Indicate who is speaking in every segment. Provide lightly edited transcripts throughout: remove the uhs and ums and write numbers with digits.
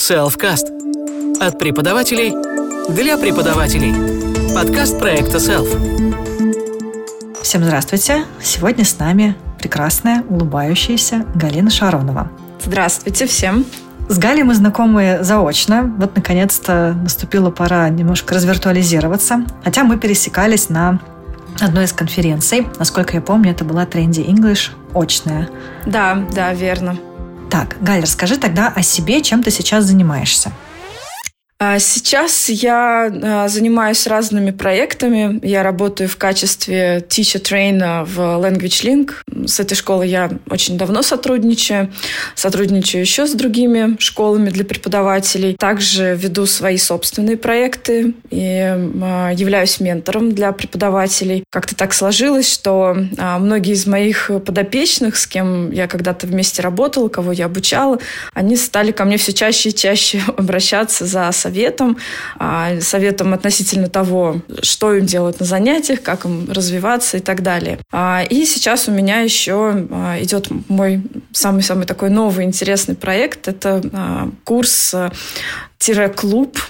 Speaker 1: Selfcast. От преподавателей для преподавателей. Подкаст проекта Self.
Speaker 2: Всем здравствуйте. Сегодня с нами прекрасная, улыбающаяся Галина Шаронова.
Speaker 3: Здравствуйте всем.
Speaker 2: С Галей мы знакомы заочно. Вот, наконец-то, наступила пора немножко развиртуализироваться. Хотя мы пересекались на одной из конференций. Насколько я помню, это была Trendy English очная.
Speaker 3: Да, верно.
Speaker 2: Так, Галь, расскажи тогда о себе, чем ты сейчас занимаешься.
Speaker 3: Сейчас я занимаюсь разными проектами. Я работаю в качестве teacher-trainer в Language Link. С этой школой я очень давно сотрудничаю. Сотрудничаю еще с другими школами для преподавателей. Также веду свои собственные проекты и являюсь ментором для преподавателей. Как-то так сложилось, что многие из моих подопечных, с кем я когда-то вместе работала, кого я обучала, они стали ко мне все чаще и чаще обращаться за советом относительно того, что им делать на занятиях, как им развиваться и так далее. И сейчас у меня еще идет мой самый-самый такой новый интересный проект. Это курс-клуб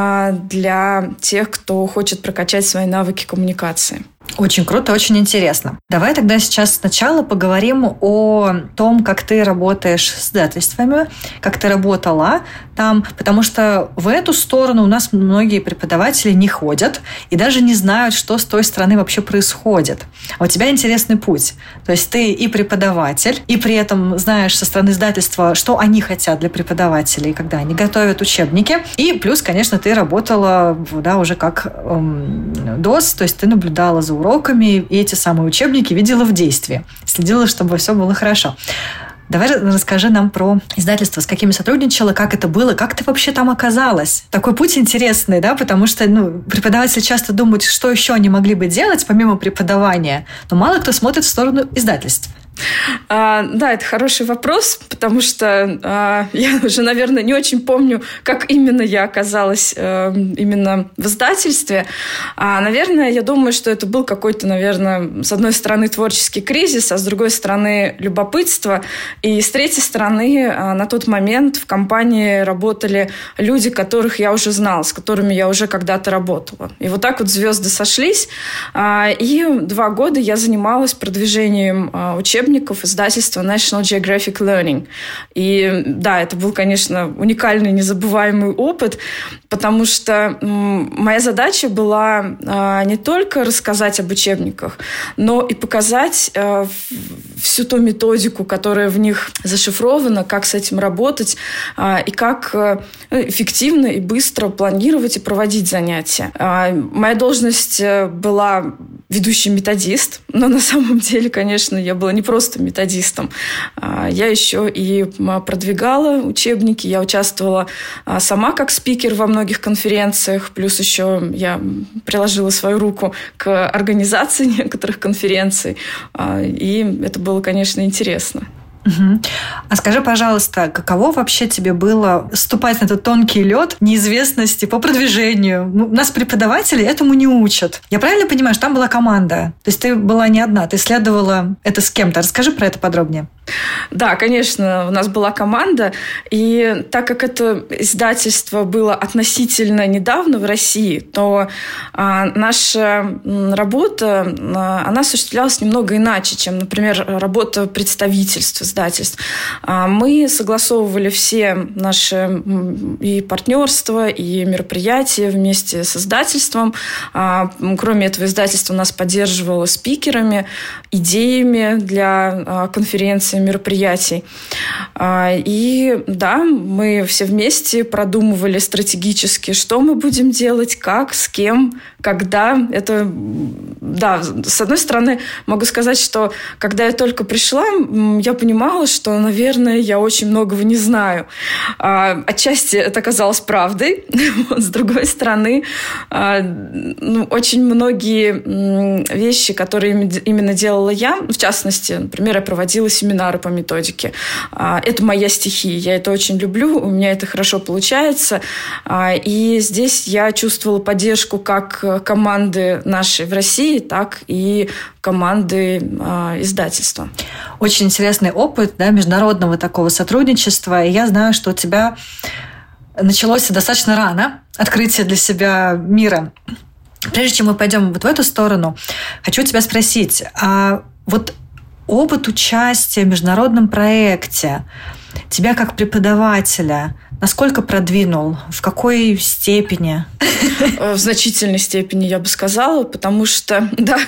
Speaker 3: для тех, кто хочет прокачать свои навыки коммуникации.
Speaker 2: Очень круто, очень интересно. Давай тогда сейчас сначала поговорим о том, как ты работаешь с издательствами, как ты работала там, потому что в эту сторону у нас многие преподаватели не ходят и даже не знают, что с той стороны вообще происходит. А у тебя интересный путь. То есть ты и преподаватель, и при этом знаешь со стороны издательства, что они хотят для преподавателей, когда они готовят учебники. И плюс, конечно, ты работала уже как ДОС, то есть ты наблюдала за уроками и эти самые учебники видела в действии. Следила, чтобы все было хорошо. Давай расскажи нам про издательство, с какими сотрудничала, как это было, как ты вообще там оказалась. Такой путь интересный, да, потому что преподаватели часто думают, что еще они могли бы делать помимо преподавания, но мало кто смотрит в сторону издательств.
Speaker 3: Да, это хороший вопрос, потому что я уже, наверное, не очень помню, как именно я оказалась именно в издательстве. Наверное, я думаю, что это был какой-то, наверное, с одной стороны творческий кризис, а с другой стороны любопытство. И с третьей стороны на тот момент в компании работали люди, которых я уже знала, с которыми я уже когда-то работала. И вот так вот звезды сошлись. И 2 года я занималась продвижением учебников издательства National Geographic Learning. И да, это был, конечно, уникальный, незабываемый опыт, потому что моя задача была не только рассказать об учебниках, но и показать всю ту методику, которая в них зашифрована, как с этим работать и как эффективно и быстро планировать и проводить занятия. Моя должность была ведущий методист, но на самом деле, конечно, я была не просто методистом. Я еще и продвигала учебники, я участвовала сама как спикер во многих конференциях, плюс еще я приложила свою руку к организации некоторых конференций, и это было, конечно, интересно.
Speaker 2: Угу. А скажи, пожалуйста, каково вообще тебе было ступать на этот тонкий лед неизвестности по продвижению? Нас преподаватели этому не учат. Я правильно понимаю, что там была команда? То есть ты была не одна, ты исследовала это с кем-то. Расскажи про это подробнее.
Speaker 3: Да, конечно, у нас была команда, и так как это издательство было относительно недавно в России, то наша работа, она осуществлялась немного иначе, чем, например, работа представительств издательств. Мы согласовывали все наши и партнерства, и мероприятия вместе с издательством. Кроме этого, издательство нас поддерживало спикерами, идеями для конференций, мероприятий. И да, мы все вместе продумывали стратегически, что мы будем делать, как, с кем, когда. Это, да, с одной стороны, могу сказать, что когда я только пришла, я понимала, что, наверное, я очень многого не знаю. Отчасти это оказалось правдой. С другой стороны, очень многие вещи, которые именно делала я, в частности, например, я проводила семинары по методике. Это моя стихия, я это очень люблю, у меня это хорошо получается. И здесь я чувствовала поддержку как команды нашей в России, так и команды издательства.
Speaker 2: Очень интересный опыт, да, международного такого сотрудничества. И я знаю, что у тебя началось достаточно рано, открытие для себя мира. Прежде чем мы пойдем вот в эту сторону, хочу тебя спросить, а вот опыт участия в международном проекте тебя как преподавателя насколько продвинул? В какой степени?
Speaker 3: В значительной степени, я бы сказала, потому что, да,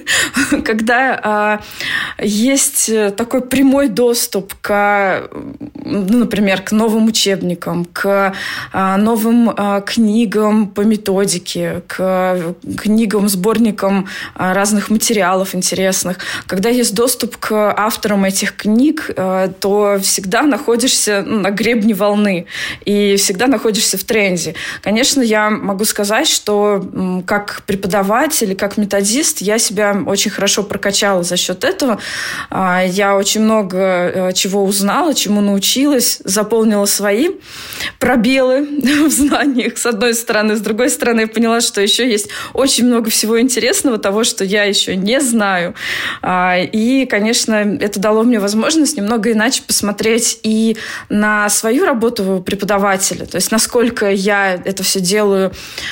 Speaker 3: когда есть такой прямой доступ к, например, к новым учебникам, к новым книгам по методике, к книгам, сборникам разных материалов интересных, когда есть доступ к авторам этих книг, то всегда находишься на гребне волны. И всегда находишься в тренде. Конечно, я могу сказать, что как преподаватель, как методист я себя очень хорошо прокачала за счет этого. Я очень много чего узнала, чему научилась, заполнила свои пробелы в знаниях, с одной стороны. С другой стороны, я поняла, что еще есть очень много всего интересного, того, что я еще не знаю. И, конечно, это дало мне возможность немного иначе посмотреть и на свою работу преподавателя, то есть насколько я это все делаю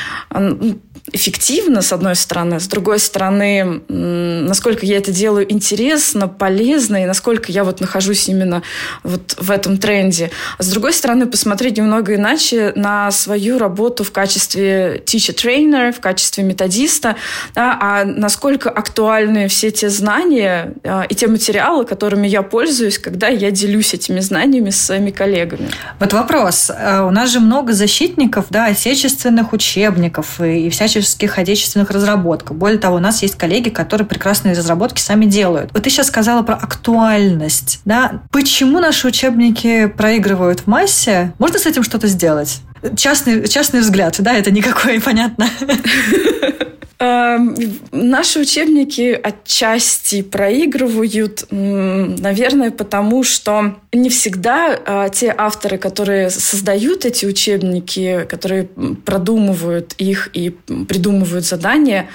Speaker 3: эффективно, с одной стороны, с другой стороны, насколько я это делаю интересно, полезно, и насколько я вот нахожусь именно вот в этом тренде. А с другой стороны, посмотреть немного иначе на свою работу в качестве teacher-trainer, в качестве методиста, да, а насколько актуальны все те знания и те материалы, которыми я пользуюсь, когда я делюсь этими знаниями с своими коллегами.
Speaker 2: Вот вопрос. У нас же много защитников, да, отечественных учебников и всяческих отечественных разработок. Более того, у нас есть коллеги, которые прекрасные разработки сами делают. Вот ты сейчас сказала про актуальность. Да? Почему наши учебники проигрывают в массе? Можно с этим что-то сделать? Частный взгляд, да, это никакой, понятно.
Speaker 3: Наши учебники отчасти проигрывают, наверное, потому что не всегда те авторы, которые создают эти учебники, которые продумывают их и придумывают задания,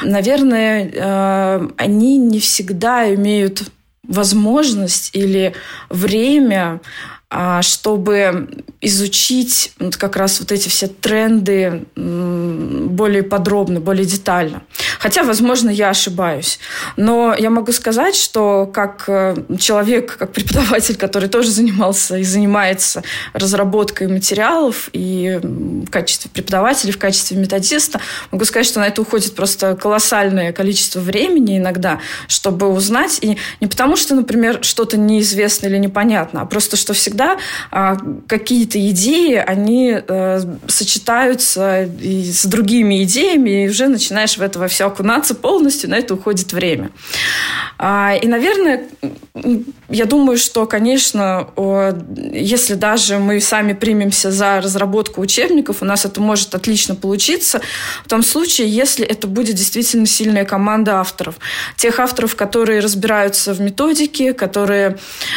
Speaker 3: наверное, они не всегда имеют возможность или время, чтобы изучить вот как раз вот эти все тренды более подробно, более детально. Хотя, возможно, я ошибаюсь. Но я могу сказать, что как человек, как преподаватель, который тоже занимался и занимается разработкой материалов, и в качестве преподавателя, в качестве методиста, могу сказать, что на это уходит просто колоссальное количество времени иногда, чтобы узнать. И не потому, что, например, что-то неизвестно или непонятно, а просто, что всегда какие-то идеи, они сочетаются и с другими идеями, и уже начинаешь в это во все окунаться полностью, на это уходит время. И, наверное, я думаю, что, конечно, если даже мы сами примемся за разработку учебников, у нас это может отлично получиться в том случае, если это будет действительно сильная команда авторов. Тех авторов, которые разбираются в методике, которые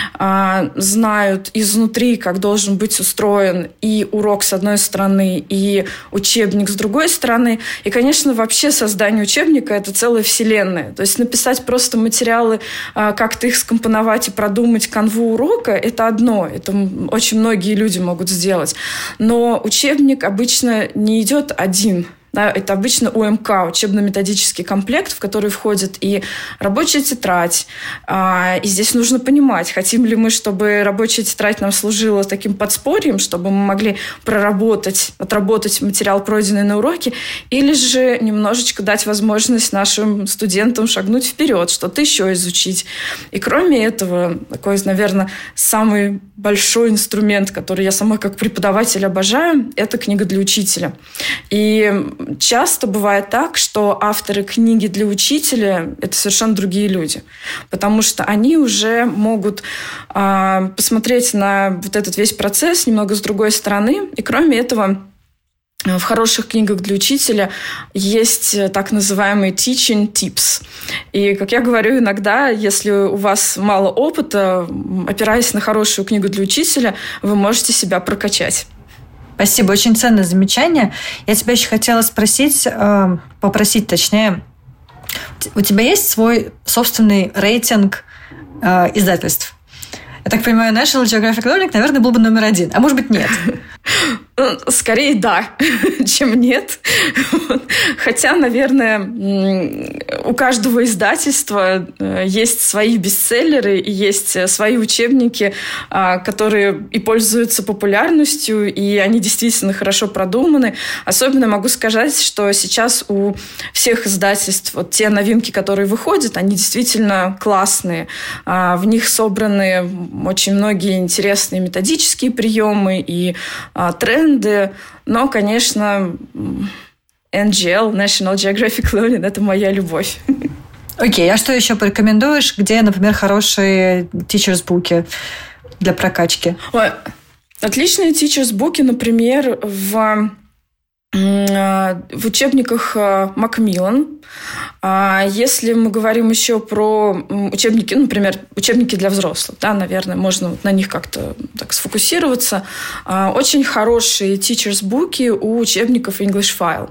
Speaker 3: знают изнутри, как должен быть устроен и урок с одной стороны, и учебник с другой стороны. И, конечно, вообще создание учебника – это целая вселенная. То есть написать просто материалы, как-то их скомпоновать и продумать канву урока – это одно. Это очень многие люди могут сделать. Но учебник обычно не идет один. Да, это обычно УМК, учебно-методический комплект, в который входит и рабочая тетрадь. И здесь нужно понимать, хотим ли мы, чтобы рабочая тетрадь нам служила таким подспорьем, чтобы мы могли отработать материал, пройденный на уроке, или же немножечко дать возможность нашим студентам шагнуть вперед, что-то еще изучить. И кроме этого, такой, наверное, самый большой инструмент, который я сама как преподаватель обожаю, это книга для учителя. И часто бывает так, что авторы книги для учителя – это совершенно другие люди, потому что они уже могут посмотреть на вот этот весь процесс немного с другой стороны. И кроме этого, в хороших книгах для учителя есть так называемые teaching tips. И, как я говорю иногда, если у вас мало опыта, опираясь на хорошую книгу для учителя, вы можете себя прокачать.
Speaker 2: Спасибо, очень ценное замечание. Я тебя еще хотела попросить, у тебя есть свой собственный рейтинг издательств? Я так понимаю, National Geographic Learning, наверное, был бы номер 1, а может быть, нет.
Speaker 3: Скорее да, чем нет. Хотя, наверное, у каждого издательства есть свои бестселлеры и есть свои учебники, которые и пользуются популярностью, и они действительно хорошо продуманы. Особенно могу сказать, что сейчас у всех издательств вот те новинки, которые выходят, они действительно классные. В них собраны очень многие интересные методические приемы и тренды. Но, конечно, NGL, National Geographic Learning, это моя любовь.
Speaker 2: Окей, а что еще порекомендуешь? Где, например, хорошие teachers-буки для прокачки?
Speaker 3: Ой, отличные teachers-буки, например, в учебниках Macmillan. Если мы говорим еще про учебники, например, учебники для взрослых, да, наверное, можно на них как-то так сфокусироваться. Очень хорошие teachers-буки у учебников English File.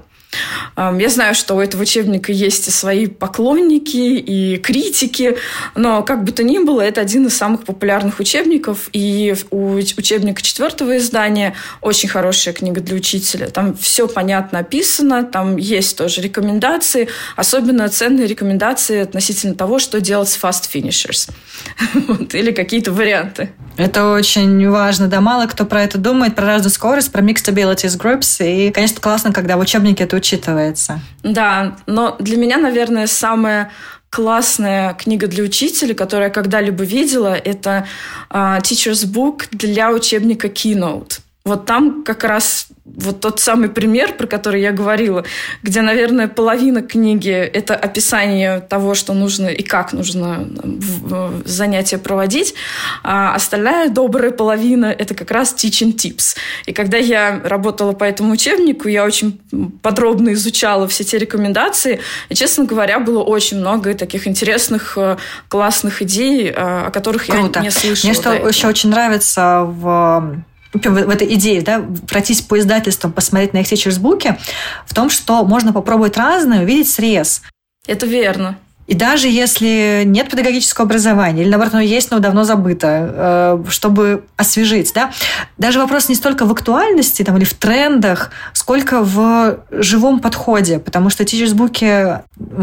Speaker 3: Я знаю, что у этого учебника есть и свои поклонники, и критики, но как бы то ни было, это один из самых популярных учебников, и у учебника 4-го издания очень хорошая книга для учителя. Там все понятно описано, там есть тоже рекомендации, особенно ценные рекомендации относительно того, что делать с fast finishers. Или какие-то варианты.
Speaker 2: Это очень важно, да, мало кто про это думает, про разную скорость, про mixed abilities groups, и, конечно, классно, когда в учебнике это учитывается. Да,
Speaker 3: но для меня, наверное, самая классная книга для учителя, которую я когда-либо видела, это Teacher's Book для учебника Keynote. Вот там как раз вот тот самый пример, про который я говорила, где, наверное, половина книги – это описание того, что нужно и как нужно занятия проводить, а остальная добрая половина – это как раз teaching tips. И когда я работала по этому учебнику, я очень подробно изучала все те рекомендации, и, честно говоря, было очень много таких интересных, классных идей, о которых
Speaker 2: Круто.
Speaker 3: Я не слышала.
Speaker 2: Мне что еще очень нравится в этой идее, да, пройтись по издательствам, посмотреть на их teachers-буки, в том, что можно попробовать разное, увидеть срез.
Speaker 3: Это верно.
Speaker 2: И даже если нет педагогического образования, или, наоборот, оно есть, но давно забыто, чтобы освежить, да, даже вопрос не столько в актуальности там, или в трендах, сколько в живом подходе, потому что teachers-буки,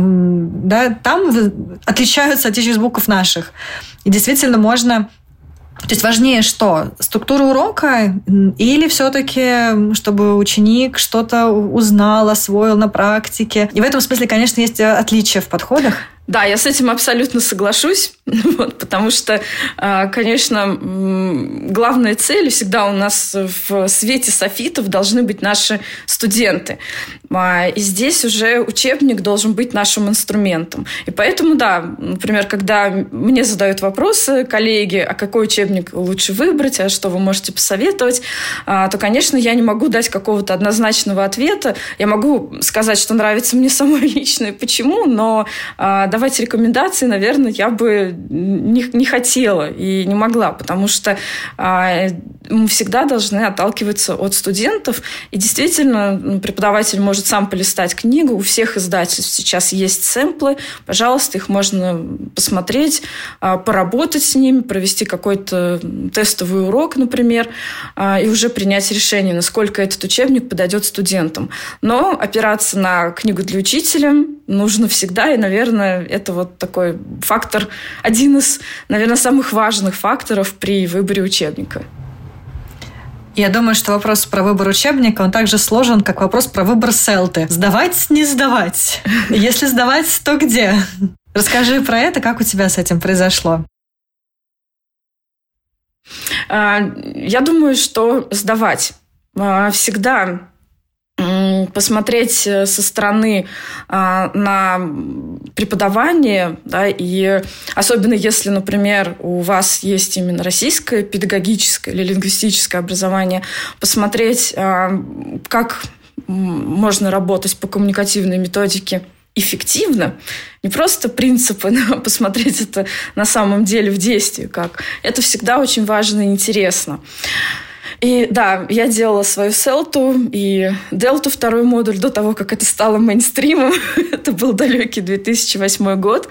Speaker 2: да, там отличаются от teachers-буков наших. И действительно можно... То есть важнее что? Структура урока или все-таки, чтобы ученик что-то узнал, освоил на практике? И в этом смысле, конечно, есть отличия в подходах.
Speaker 3: Да, я с этим абсолютно соглашусь, потому что, конечно, главная цель всегда у нас в свете софитов должны быть наши студенты. И здесь уже учебник должен быть нашим инструментом. И поэтому, да, например, когда мне задают вопросы коллеги, а какой учебник лучше выбрать, а что вы можете посоветовать, то, конечно, я не могу дать какого-то однозначного ответа. Я могу сказать, что нравится мне самой лично и почему, но давать рекомендации, наверное, я бы не хотела и не могла, потому что мы всегда должны отталкиваться от студентов. И действительно, преподаватель может сам полистать книгу. У всех издательств сейчас есть сэмплы. Пожалуйста, их можно посмотреть, поработать с ними, провести какой-то тестовый урок, например, и уже принять решение, насколько этот учебник подойдет студентам. Но опираться на книгу для учителя нужно всегда, и, наверное, это вот такой фактор, один из, наверное, самых важных факторов при выборе учебника.
Speaker 2: Я думаю, что вопрос про выбор учебника, он так же сложен, как вопрос про выбор селты. Сдавать, не сдавать? Если сдавать, то где? Расскажи про это, как у тебя с этим произошло?
Speaker 3: Я думаю, что сдавать. Всегда посмотреть со стороны на преподавание, да, и особенно если, например, у вас есть именно российское педагогическое или лингвистическое образование, посмотреть, как можно работать по коммуникативной методике эффективно, не просто принципы, но посмотреть это на самом деле в действии, как. Это всегда очень важно и интересно. И да, я делала свою селту и дельту, второй модуль, до того, как это стало мейнстримом. Это был далекий 2008 год.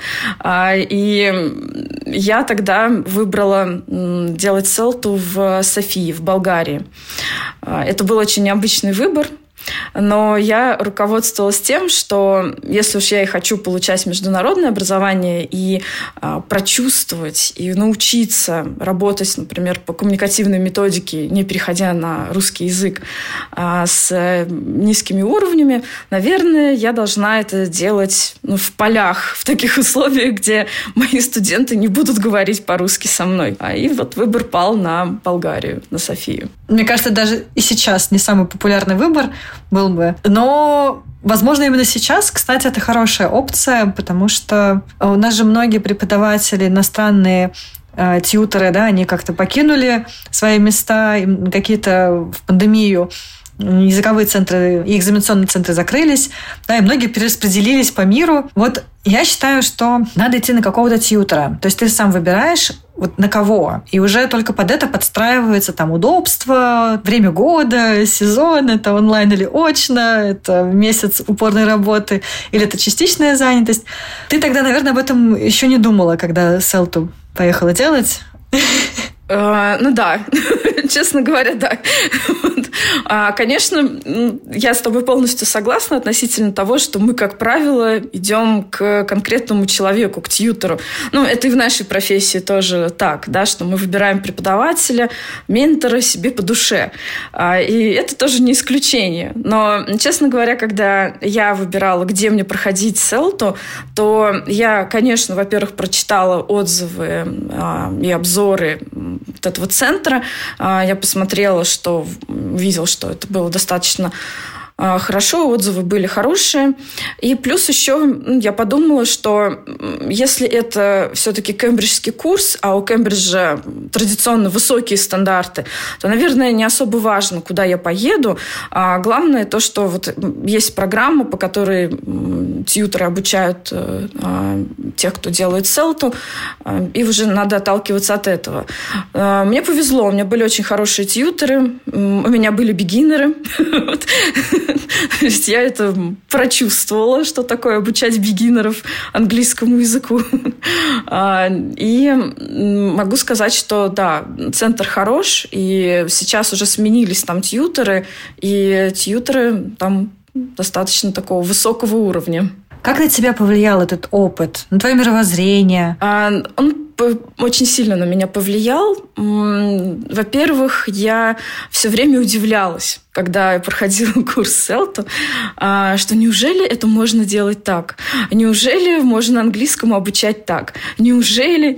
Speaker 3: И я тогда выбрала делать селту в Софии, в Болгарии. Это был очень необычный выбор. Но я руководствовалась тем, что если уж я и хочу получать международное образование и прочувствовать, и научиться работать, например, по коммуникативной методике, не переходя на русский язык, с низкими уровнями, наверное, я должна это делать в полях, в таких условиях, где мои студенты не будут говорить по-русски со мной. И вот выбор пал на Болгарию, на Софию.
Speaker 2: Мне кажется, даже и сейчас не самый популярный выбор был бы. Но, возможно, именно сейчас, кстати, это хорошая опция, потому что у нас же многие преподаватели иностранные, тьюторы, да, они как-то покинули свои места, какие-то в пандемию языковые центры и экзаменационные центры закрылись, да, и многие перераспределились по миру. Вот я считаю, что надо идти на какого-то тьютора. То есть ты сам выбираешь, вот на кого. И уже только под это подстраивается там удобство, время года, сезон, это онлайн или очно, это месяц упорной работы, или это частичная занятость. Ты тогда, наверное, об этом еще не думала, когда селту поехала делать?
Speaker 3: Ну да, честно говоря, да. Конечно, я с тобой полностью согласна относительно того, что мы, как правило, идем к конкретному человеку, к тьютору. Ну, это и в нашей профессии тоже так, да, что мы выбираем преподавателя, ментора себе по душе. И это тоже не исключение. Но, честно говоря, когда я выбирала, где мне проходить селту, то я, конечно, во-первых, прочитала отзывы и обзоры вот этого центра. Я посмотрела, видела, что это было достаточно хорошо, отзывы были хорошие. И плюс еще я подумала, что если это все-таки кембриджский курс, а у Кембриджа традиционно высокие стандарты, то, наверное, не особо важно, куда я поеду. Главное то, что вот есть программа, по которой тьюторы обучают тех, кто делает селту, и уже надо отталкиваться от этого. Мне повезло, у меня были очень хорошие тьюторы, у меня были бигинеры. То есть я это прочувствовала, что такое обучать бигинеров английскому языку. И могу сказать, что да, центр хорош, и сейчас уже сменились там тьюторы, и тьюторы там достаточно такого высокого уровня.
Speaker 2: Как на тебя повлиял этот опыт, на твое мировоззрение?
Speaker 3: Он очень сильно на меня повлиял. Во-первых, я все время удивлялась, когда я проходила курс селту, что неужели это можно делать так? Неужели можно английскому обучать так? Неужели?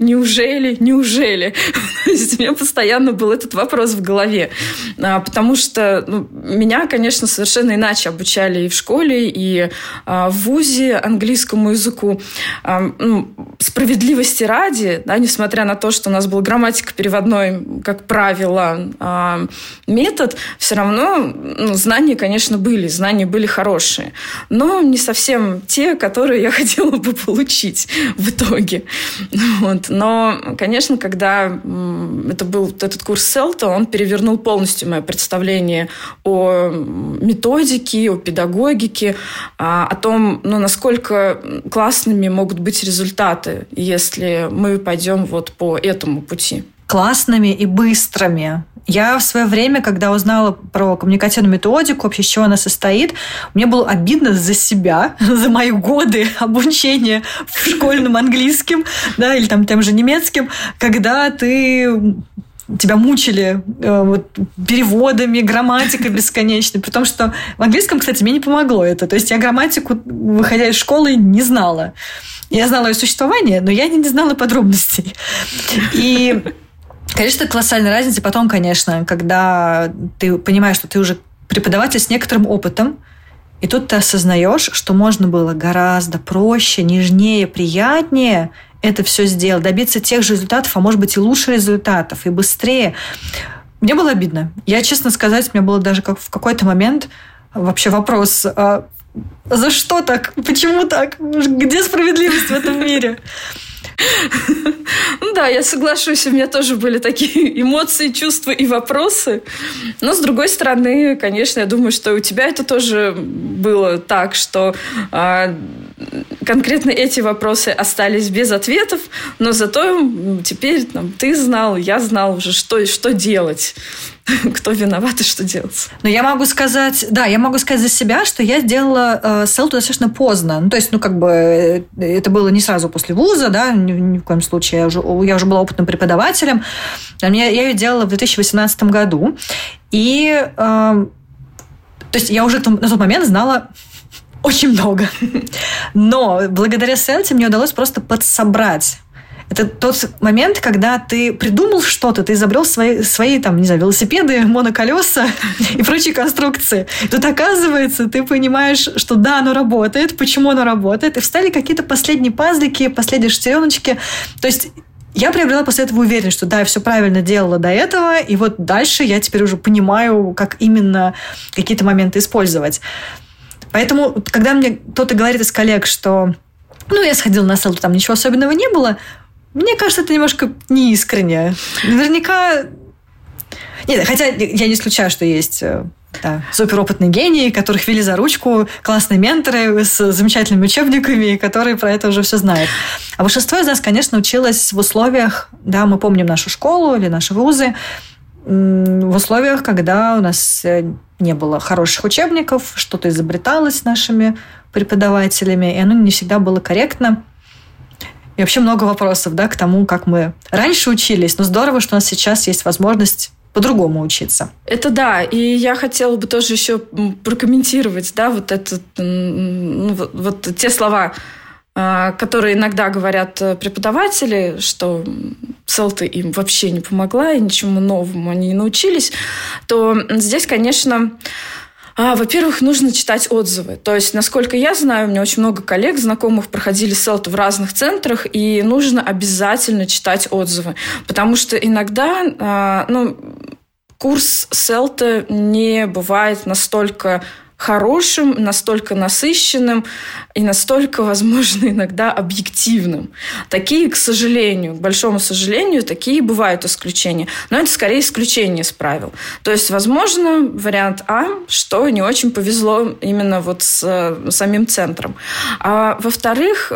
Speaker 3: То есть у меня постоянно был этот вопрос в голове. Потому что меня, конечно, совершенно иначе обучали и в школе, и в вузе английскому языку. Справедливости ради, да, несмотря на то, что у нас был грамматико-переводной, как правило, метод, все равно знания, конечно, были хорошие, но не совсем те, которые я хотела бы получить в итоге. Вот. Но, конечно, когда это был этот курс селта, он перевернул полностью мое представление о методике, о педагогике, о том, насколько классными могут быть результаты, если мы пойдем вот по этому пути.
Speaker 2: Классными и быстрыми. Я в свое время, когда узнала про коммуникативную методику, вообще, из чего она состоит, мне было обидно за себя, за мои годы обучения в школьном английском, да, или там тем же немецким, когда тебя мучили переводами, грамматикой бесконечной. При том, что в английском, кстати, мне не помогло это. То есть я грамматику, выходя из школы, не знала. Я знала ее существование, но я не знала подробностей. И, конечно, колоссальная разница. Потом, конечно, когда ты понимаешь, что ты уже преподаватель с некоторым опытом, и тут ты осознаешь, что можно было гораздо проще, нежнее, приятнее это все сделать, добиться тех же результатов, а может быть и лучше результатов, и быстрее. Мне было обидно. Я, честно сказать, у меня было даже в какой-то момент вообще вопрос: за что так? Почему так? Где справедливость в этом мире?
Speaker 3: Ну да, я соглашусь, у меня тоже были такие эмоции, чувства и вопросы. Но, с другой стороны, конечно, я думаю, что у тебя это тоже было так, что конкретно эти вопросы остались без ответов, но зато теперь ты знал, я знал уже, что делать. Кто виноват и что делать.
Speaker 2: Но я могу сказать за себя, что я сделала селту достаточно поздно. Ну, то есть, это было не сразу после вуза, да, ни в коем случае. Я уже была опытным преподавателем. Я ее делала в 2018 году. И, то есть, я уже на тот момент знала очень много. Но благодаря селте мне удалось просто подсобрать. Это тот момент, когда ты придумал что-то, ты изобрел свои там, не знаю, велосипеды, моноколеса и прочие конструкции. Тут, оказывается, ты понимаешь, что да, оно работает, почему оно работает, и встали какие-то последние пазлики, последние шестереночки. То есть я приобрела после этого уверенность, что да, я все правильно делала до этого, и вот дальше я теперь уже понимаю, как именно какие-то моменты использовать. Поэтому, когда мне кто-то говорит из коллег, что я сходила на селту, там ничего особенного не было, мне кажется, это немножко неискренне. Наверняка... Нет, хотя я не исключаю, что есть суперопытные гении, которых вели за ручку, классные менторы с замечательными учебниками, которые про это уже все знают. А большинство из нас, конечно, училось в условиях, да, мы помним нашу школу или наши вузы, в условиях, когда у нас не было хороших учебников, что-то изобреталось нашими преподавателями, и оно не всегда было корректно. И вообще много вопросов, да, к тому, как мы раньше учились. Но здорово, что у нас сейчас есть возможность по-другому учиться.
Speaker 3: Это да. И я хотела бы тоже еще прокомментировать, да, вот те слова, которые иногда говорят преподаватели, что селта им вообще не помогла, и ничему новому они не научились, то здесь, конечно... Во-первых, нужно читать отзывы. То есть, насколько я знаю, у меня очень много коллег, знакомых проходили селту в разных центрах, и нужно обязательно читать отзывы. Потому что иногда курс селта не бывает настолько хорошим, настолько насыщенным и настолько, возможно, иногда объективным. Такие, к сожалению, к большому сожалению, такие бывают исключения. Но это скорее исключение из правил. То есть, возможно, вариант А, что не очень повезло именно вот с самим центром. А во-вторых,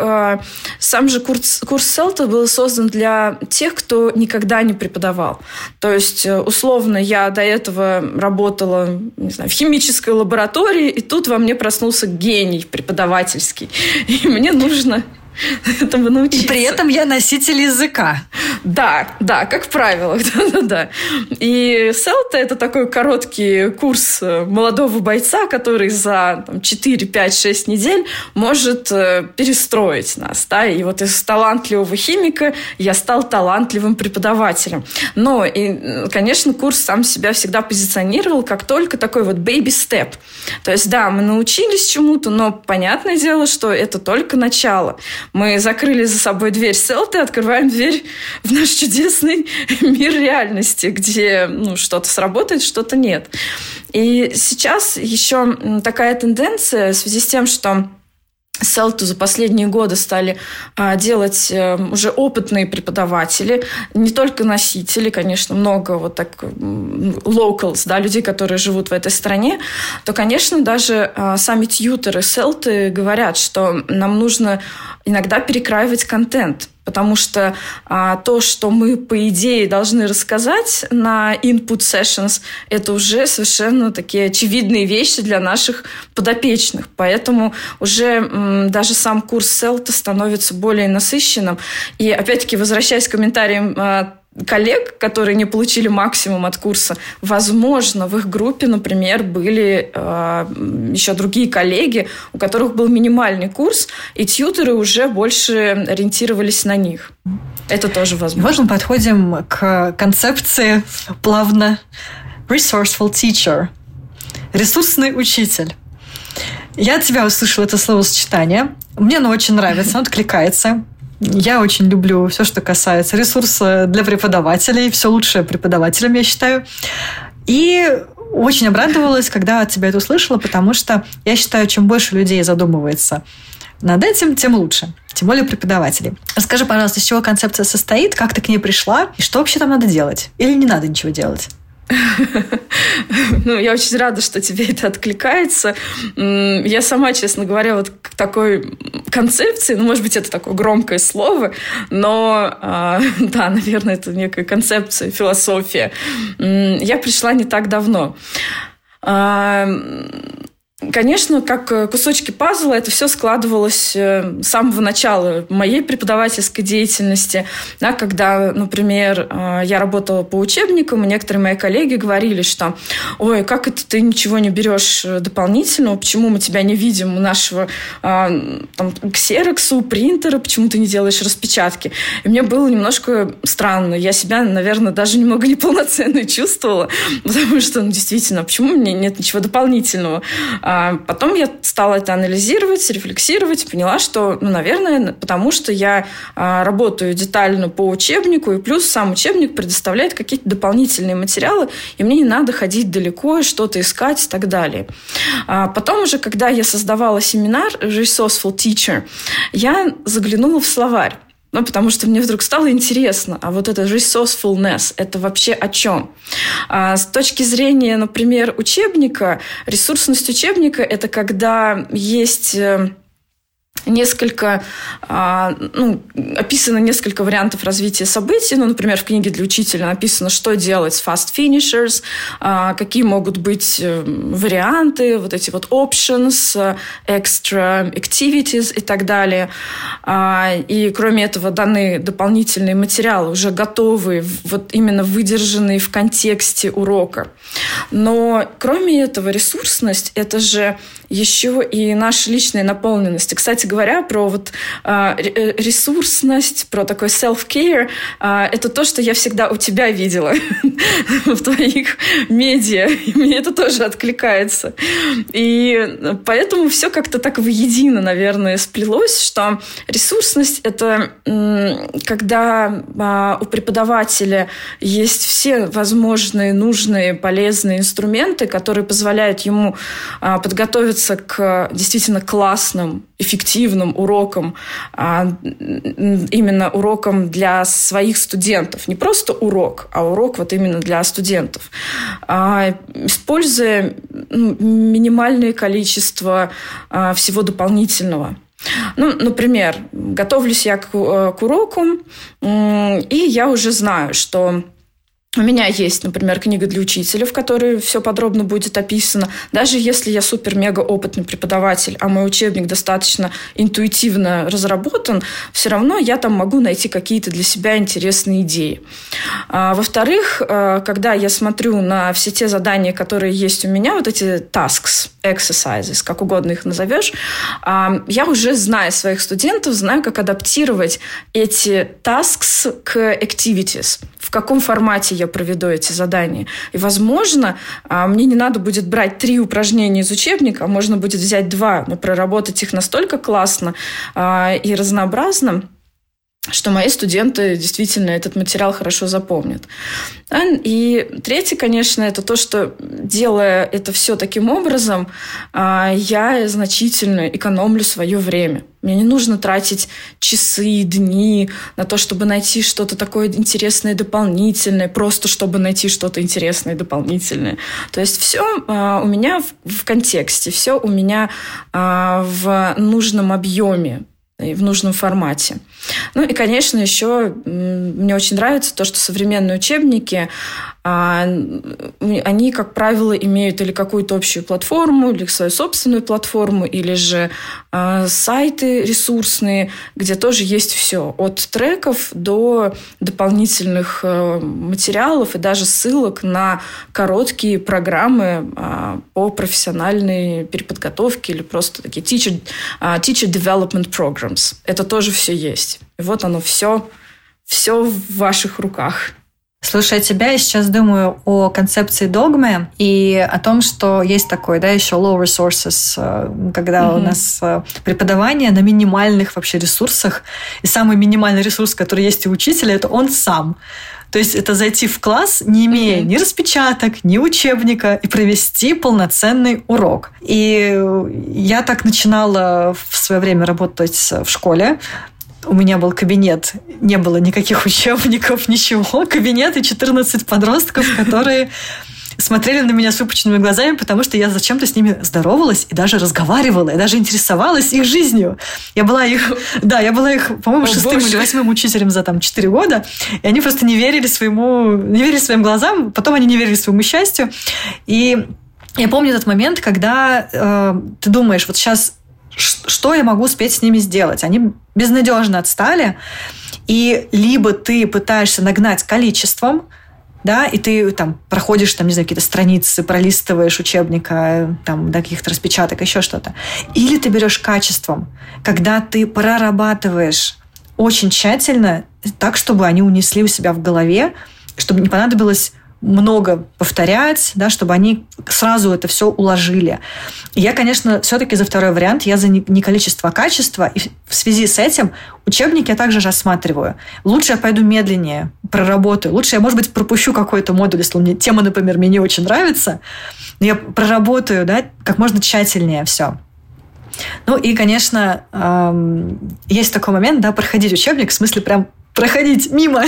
Speaker 3: сам же курс селта был создан для тех, кто никогда не преподавал. То есть, условно, я до этого работала, не знаю, в химической лаборатории, и тут во мне проснулся гений преподавательский. И мне нужно этому научиться.
Speaker 2: И при этом я носитель языка.
Speaker 3: Да, как правило. Да. И селта – это такой короткий курс молодого бойца, который за 4, 5, 6 недель может перестроить нас. Да? И вот из талантливого химика я стал талантливым преподавателем. Но, и, конечно, курс сам себя всегда позиционировал как только такой вот baby step. То есть, да, мы научились чему-то, но понятное дело, что это только начало. Мы закрыли за собой дверь селты, открываем дверь в наш чудесный мир реальности, где что-то сработает, что-то нет. И сейчас еще такая тенденция в связи с тем, что селту за последние годы стали делать уже опытные преподаватели, не только носители, конечно, много вот так locals, да, людей, которые живут в этой стране, то, конечно, даже сами тьюторы селты говорят, что нам нужно иногда перекраивать контент, потому что то, что мы, по идее, должны рассказать на input sessions, это уже совершенно такие очевидные вещи для наших подопечных. Поэтому уже даже сам курс селта становится более насыщенным. И, опять-таки, возвращаясь к комментариям коллег, которые не получили максимум от курса, возможно, в их группе, например, были еще другие коллеги, у которых был минимальный курс, и тьюторы уже больше ориентировались на них. Это тоже возможно.
Speaker 2: Вот мы подходим к концепции плавно resourceful teacher. Ресурсный учитель. Я от тебя услышала это словосочетание. Мне оно очень нравится, оно откликается. Я очень люблю все, что касается ресурса для преподавателей. Все лучшее преподавателям, я считаю. И очень обрадовалась, когда от тебя это услышала, потому что я считаю, чем больше людей задумывается над этим, тем лучше. Тем более преподавателей. Расскажи, пожалуйста, из чего концепция состоит, как ты к ней пришла, и что вообще там надо делать? Или не надо ничего делать?
Speaker 3: Я очень рада, что тебе это откликается. Я сама, честно говоря, вот к такой концепции, может быть, это такое громкое слово, но, да, наверное, это некая концепция, философия. Я пришла не так давно. Конечно, как кусочки пазла, это все складывалось с самого начала моей преподавательской деятельности. Да, когда, например, я работала по учебникам, и некоторые мои коллеги говорили, что «Ой, как это ты ничего не берешь дополнительного? Почему мы тебя не видим у нашего ксерокса, принтера? Почему ты не делаешь распечатки?» И мне было немножко странно. Я себя, наверное, даже немного неполноценной чувствовала, потому что, действительно, почему у меня нет ничего дополнительного? Потом я стала это анализировать, рефлексировать, поняла, что, наверное, потому что я работаю детально по учебнику, и плюс сам учебник предоставляет какие-то дополнительные материалы, и мне не надо ходить далеко, что-то искать и так далее. Потом уже, когда я создавала семинар Resourceful Teacher, я заглянула в словарь. Потому что мне вдруг стало интересно, а вот это resourcefulness, это вообще о чем? С точки зрения, например, учебника, ресурсность учебника – это когда есть описано несколько вариантов развития событий. Например, в книге для учителя написано, что делать с fast finishers, какие могут быть варианты, вот эти вот options, extra activities и так далее. И кроме этого даны дополнительные материалы, уже готовые, вот именно выдержанные в контексте урока. Но кроме этого, ресурсность – это же еще и наша личная наполненность. И, кстати говоря, про вот ресурсность, про такой self-care, это то, что я всегда у тебя видела в твоих медиа. И мне это тоже откликается. И поэтому все как-то так воедино, наверное, сплелось, что ресурсность – это когда у преподавателя есть все возможные, нужные, полезные инструменты, которые позволяют ему подготовиться к действительно классным, эффективным урокам, именно урокам для своих студентов. Не просто урок, а урок вот именно для студентов. Используя минимальное количество всего дополнительного. Например, готовлюсь я к уроку, и я уже знаю, что у меня есть, например, книга для учителя, в которой все подробно будет описано. Даже если я супер-мега-опытный преподаватель, а мой учебник достаточно интуитивно разработан, все равно я там могу найти какие-то для себя интересные идеи. Во-вторых, когда я смотрю на все те задания, которые есть у меня, вот эти tasks, exercises, как угодно их назовешь, я уже, зная своих студентов, знаю, как адаптировать эти tasks к activities, в каком формате я проведу эти задания. И, возможно, мне не надо будет брать 3 упражнения из учебника, а можно будет взять 2, но проработать их настолько классно и разнообразно, что мои студенты действительно этот материал хорошо запомнят. И третье, конечно, это то, что, делая это все таким образом, я значительно экономлю свое время. Мне не нужно тратить часы, дни на то, чтобы найти что-то такое интересное, дополнительное, просто чтобы найти что-то интересное, дополнительное. То есть все у меня в контексте, все у меня в нужном объеме и в нужном формате. И, конечно, еще мне очень нравится то, что современные учебники, они, как правило, имеют или какую-то общую платформу, или свою собственную платформу, или же сайты ресурсные, где тоже есть все. От треков до дополнительных материалов и даже ссылок на короткие программы по профессиональной переподготовке или просто такие teacher development programs. Это тоже все есть. И вот оно все в ваших руках.
Speaker 2: Слушая тебя, я сейчас думаю о концепции догмы и о том, что есть такое, еще low resources, когда у нас преподавание на минимальных вообще ресурсах. И самый минимальный ресурс, который есть у учителя, это он сам. То есть это зайти в класс, не имея ни распечаток, ни учебника, и провести полноценный урок. И я так начинала в свое время работать в школе. У меня был кабинет, не было никаких учебников, ничего. Кабинет и 14 подростков, которые смотрели на меня с выпученными глазами, потому что я зачем-то с ними здоровалась и даже разговаривала, и даже интересовалась их жизнью. Я была их, по-моему, 6-м или 8-м учителем за 4 года, и они просто не верили своим глазам, потом они не верили своему счастью. И я помню этот момент, когда ты думаешь, вот сейчас, что я могу успеть с ними сделать? Они безнадежно отстали, и либо ты пытаешься нагнать количеством, да, и ты там проходишь, не знаю, какие-то страницы, пролистываешь учебника, каких-то распечаток, еще что-то. Или ты берешь качеством, когда ты прорабатываешь очень тщательно, так, чтобы они унесли у себя в голове, чтобы не понадобилось много повторять, да, чтобы они сразу это все уложили. И я, конечно, все-таки за второй вариант, я за не количество, а качество. И в связи с этим учебники я также рассматриваю. Лучше я пойду медленнее, проработаю. Лучше я, может быть, пропущу какой-то модуль, если мне тема, например, мне не очень нравится, но я проработаю, да, как можно тщательнее все. Ну и, конечно, есть такой момент, да, проходить учебник, в смысле прям проходить мимо.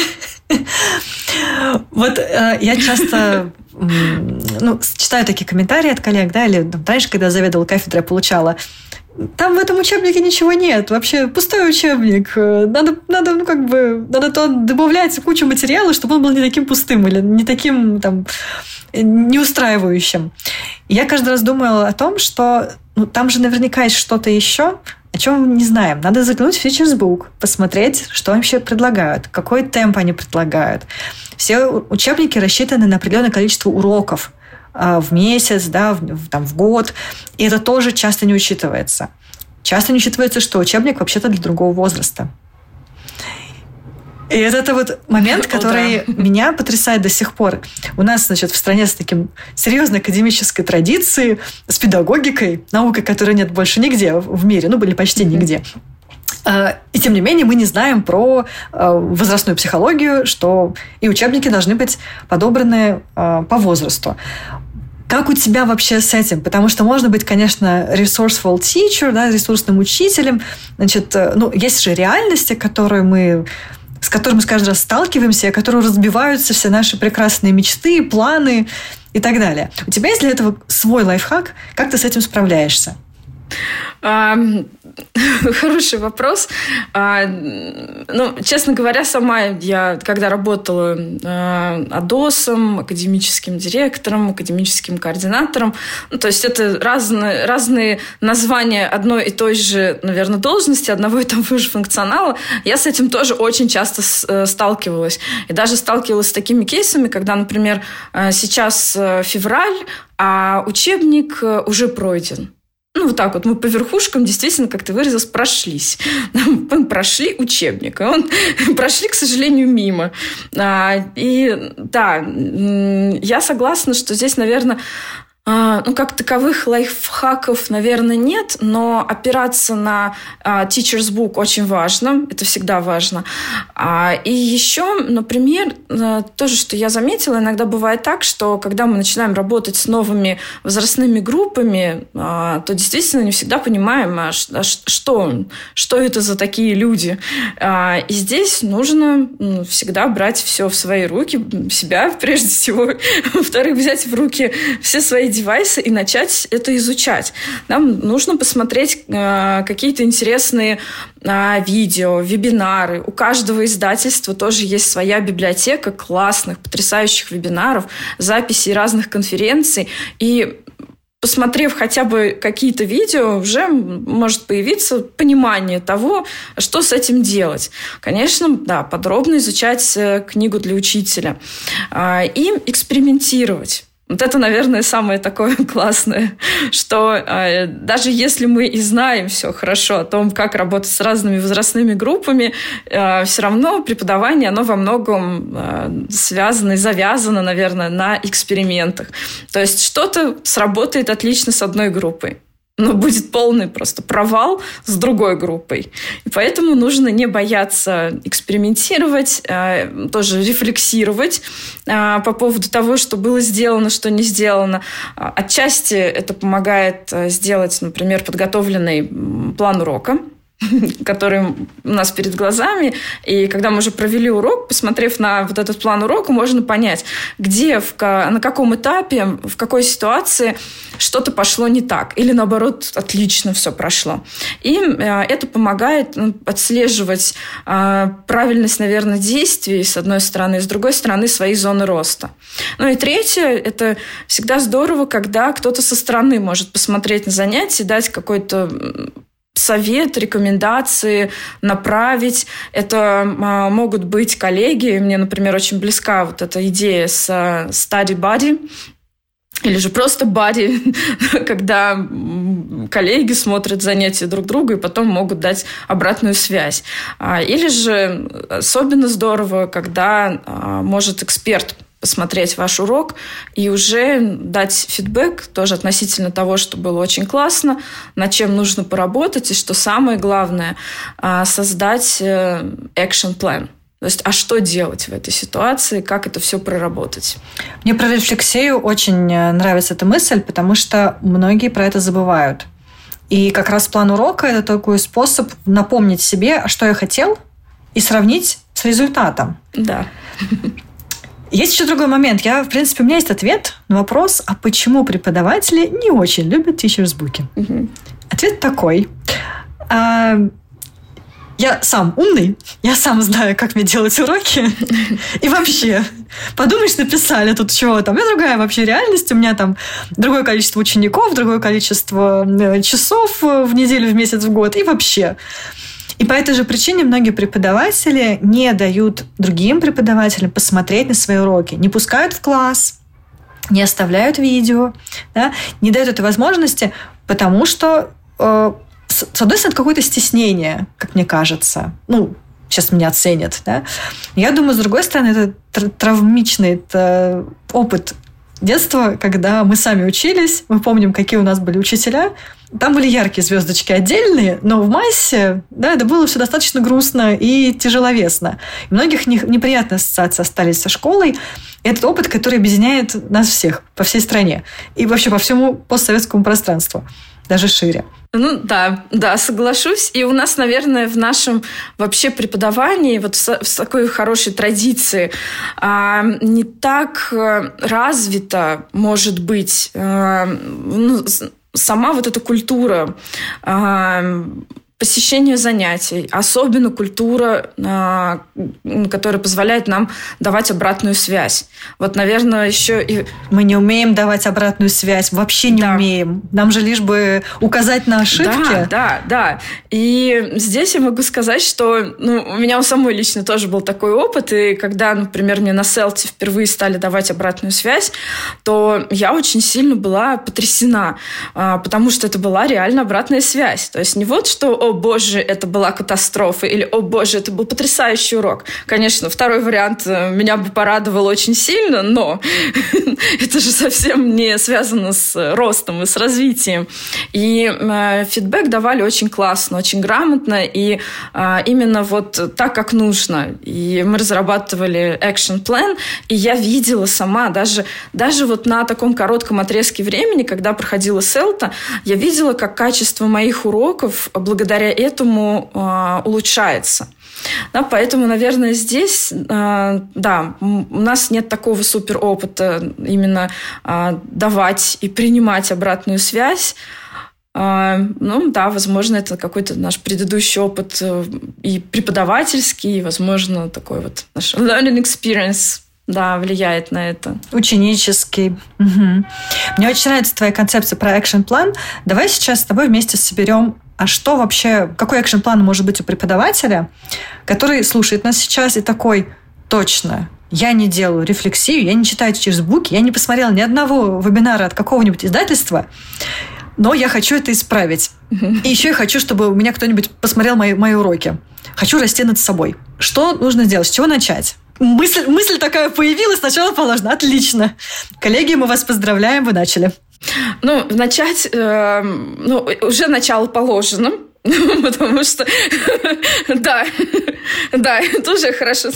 Speaker 2: Вот я часто читаю такие комментарии от коллег, да, или раньше, когда заведовала кафедрой, я получала: там в этом учебнике ничего нет, вообще пустой учебник. Надо то добавлять кучу материала, чтобы он был не таким пустым или не таким не устраивающим. И я каждый раз думала о том, что там же наверняка есть что-то еще, о чем мы не знаем. Надо заглянуть в Features Book, посмотреть, что вообще предлагают, какой темп они предлагают. Все учебники рассчитаны на определенное количество уроков в месяц, да, в год. И это тоже часто не учитывается. Часто не учитывается, что учебник вообще-то для другого возраста. И это вот момент, который меня потрясает до сих пор. У нас, значит, в стране с таким серьезной академической традицией, с педагогикой, наукой, которой нет больше нигде в мире, или почти нигде. И тем не менее мы не знаем про возрастную психологию, что и учебники должны быть подобраны по возрасту. Как у тебя вообще с этим? Потому что можно быть, конечно, resourceful teacher, да, ресурсным учителем. Значит, есть же реальности, с которыми мы каждый раз сталкиваемся, о которых разбиваются все наши прекрасные мечты, планы и так далее. У тебя есть для этого свой лайфхак? Как ты с этим справляешься?
Speaker 3: Хороший вопрос. Честно говоря, сама я, когда работала АДОСом, академическим директором, академическим координатором, то есть это разные названия одной и той же, наверное, должности, одного и того же функционала, я с этим тоже очень часто сталкивалась. И даже сталкивалась с такими кейсами, когда, например, сейчас февраль, а учебник уже пройден. Вот так вот мы по верхушкам действительно, как ты выразилась, прошлись. Мы прошли учебник, а прошли, к сожалению, мимо. И да, я согласна, что здесь, наверное, как таковых лайфхаков, наверное, нет, но опираться на Teacher's Book очень важно, это всегда важно. И еще, например, тоже, что я заметила, иногда бывает так, что когда мы начинаем работать с новыми возрастными группами, то действительно не всегда понимаем, что это за такие люди. И здесь нужно всегда брать все в свои руки, себя прежде всего, во-вторых, взять в руки все свои девайсы и начать это изучать. Нам нужно посмотреть какие-то интересные видео, вебинары. У каждого издательства тоже есть своя библиотека классных, потрясающих вебинаров, записей разных конференций. И посмотрев хотя бы какие-то видео, уже может появиться понимание того, что с этим делать. Конечно, да, подробно изучать книгу для учителя и экспериментировать. Вот это, наверное, самое такое классное, что даже если мы и знаем все хорошо о том, как работать с разными возрастными группами, все равно преподавание, оно во многом связано и завязано, наверное, на экспериментах. То есть что-то сработает отлично с одной группой. но будет полный просто провал с другой группой. И поэтому нужно не бояться экспериментировать, тоже рефлексировать по поводу того, что было сделано, что не сделано. Отчасти это помогает сделать, например, подготовленный план урока, который у нас перед глазами. И когда мы уже провели урок, посмотрев на вот этот план урока, можно понять, где, на каком этапе, в какой ситуации что-то пошло не так. Или, наоборот, отлично все прошло. И это помогает отслеживать правильность, наверное, действий, с одной стороны, и с другой стороны, свои зоны роста. Ну и третье, это всегда здорово, когда кто-то со стороны может посмотреть на занятие, дать какой-то совет, рекомендации, направить. Это могут быть коллеги. Мне, например, очень близка вот эта идея с study buddy, или же просто buddy, когда коллеги смотрят занятия друг друга и потом могут дать обратную связь. Или же особенно здорово, когда может эксперт посмотреть ваш урок и уже дать фидбэк тоже относительно того, что было очень классно, над чем нужно поработать, и что самое главное, создать action plan. То есть, а что делать в этой ситуации, как это все проработать?
Speaker 2: Мне про рефлексию очень нравится эта мысль, потому что многие про это забывают. И как раз план урока – это такой способ напомнить себе, что я хотел, и сравнить с результатом.
Speaker 3: Да.
Speaker 2: Есть еще другой момент. В принципе, у меня есть ответ на вопрос, а почему преподаватели не очень любят teachers'буки? Угу. Ответ такой. Я сам умный, я сам знаю, как мне делать уроки. И вообще, подумаешь, написали тут чего там. У меня другая вообще реальность. У меня там другое количество учеников, другое количество часов в неделю, в месяц, в год. И вообще. И по этой же причине многие преподаватели не дают другим преподавателям посмотреть на свои уроки. Не пускают в класс, не оставляют видео, да, не дают этой возможности, потому что, с одной стороны, какое-то стеснение, как мне кажется. Сейчас меня оценят. Да? Я думаю, с другой стороны, это травмичный опыт детства, когда мы сами учились, мы помним, какие у нас были учителя. Там были яркие звездочки отдельные, но в массе, да, это было все достаточно грустно и тяжеловесно. И многих неприятные ассоциации остались со школой. И это опыт, который объединяет нас всех по всей стране и вообще по всему постсоветскому пространству, даже шире.
Speaker 3: Да, соглашусь. И у нас, наверное, в нашем вообще преподавании, вот в такой хорошей традиции, не так развита, может быть, сама вот эта культура посещения занятий, особенно культура, которая позволяет нам давать обратную связь. Вот, наверное, еще и... Мы не умеем давать обратную связь, вообще не умеем. Нам же лишь бы указать на ошибки. Да. И здесь я могу сказать, что у меня у самой лично тоже был такой опыт, и когда, например, мне на селте впервые стали давать обратную связь, то я очень сильно была потрясена, потому что это была реально обратная связь. То есть не вот что «О, боже, это была катастрофа» или «О, боже, это был потрясающий урок». Конечно, второй вариант меня бы порадовал очень сильно, но это же совсем не связано с ростом и с развитием. И фидбэк давали очень классно, очень грамотно и именно вот так, как нужно. И мы разрабатывали action plan, и я видела сама, даже вот на таком коротком отрезке времени, когда проходила селта, я видела, как качество моих уроков благодаря этому улучшается. Да, поэтому, наверное, здесь, у нас нет такого суперопыта именно давать и принимать обратную связь. Возможно, это какой-то наш предыдущий опыт и преподавательский, и, возможно, такой вот наш learning experience влияет на это.
Speaker 2: Ученический. Угу. Мне очень нравится твоя концепция про экшн-план. Давай сейчас с тобой вместе соберем, что вообще, какой экшн-план может быть у преподавателя, который слушает нас сейчас и такой: точно, я не делаю рефлексию, я не читаю teachers'буки, я не посмотрела ни одного вебинара от какого-нибудь издательства, но я хочу это исправить. И еще я хочу, чтобы у меня кто-нибудь посмотрел мои уроки. Хочу расти над собой. Что нужно делать? С чего начать? Мысль такая появилась, сначала положено. Отлично. Коллеги, мы вас поздравляем, вы начали.
Speaker 3: Начать, уже начало положено, потому что, да, это уже хорошо.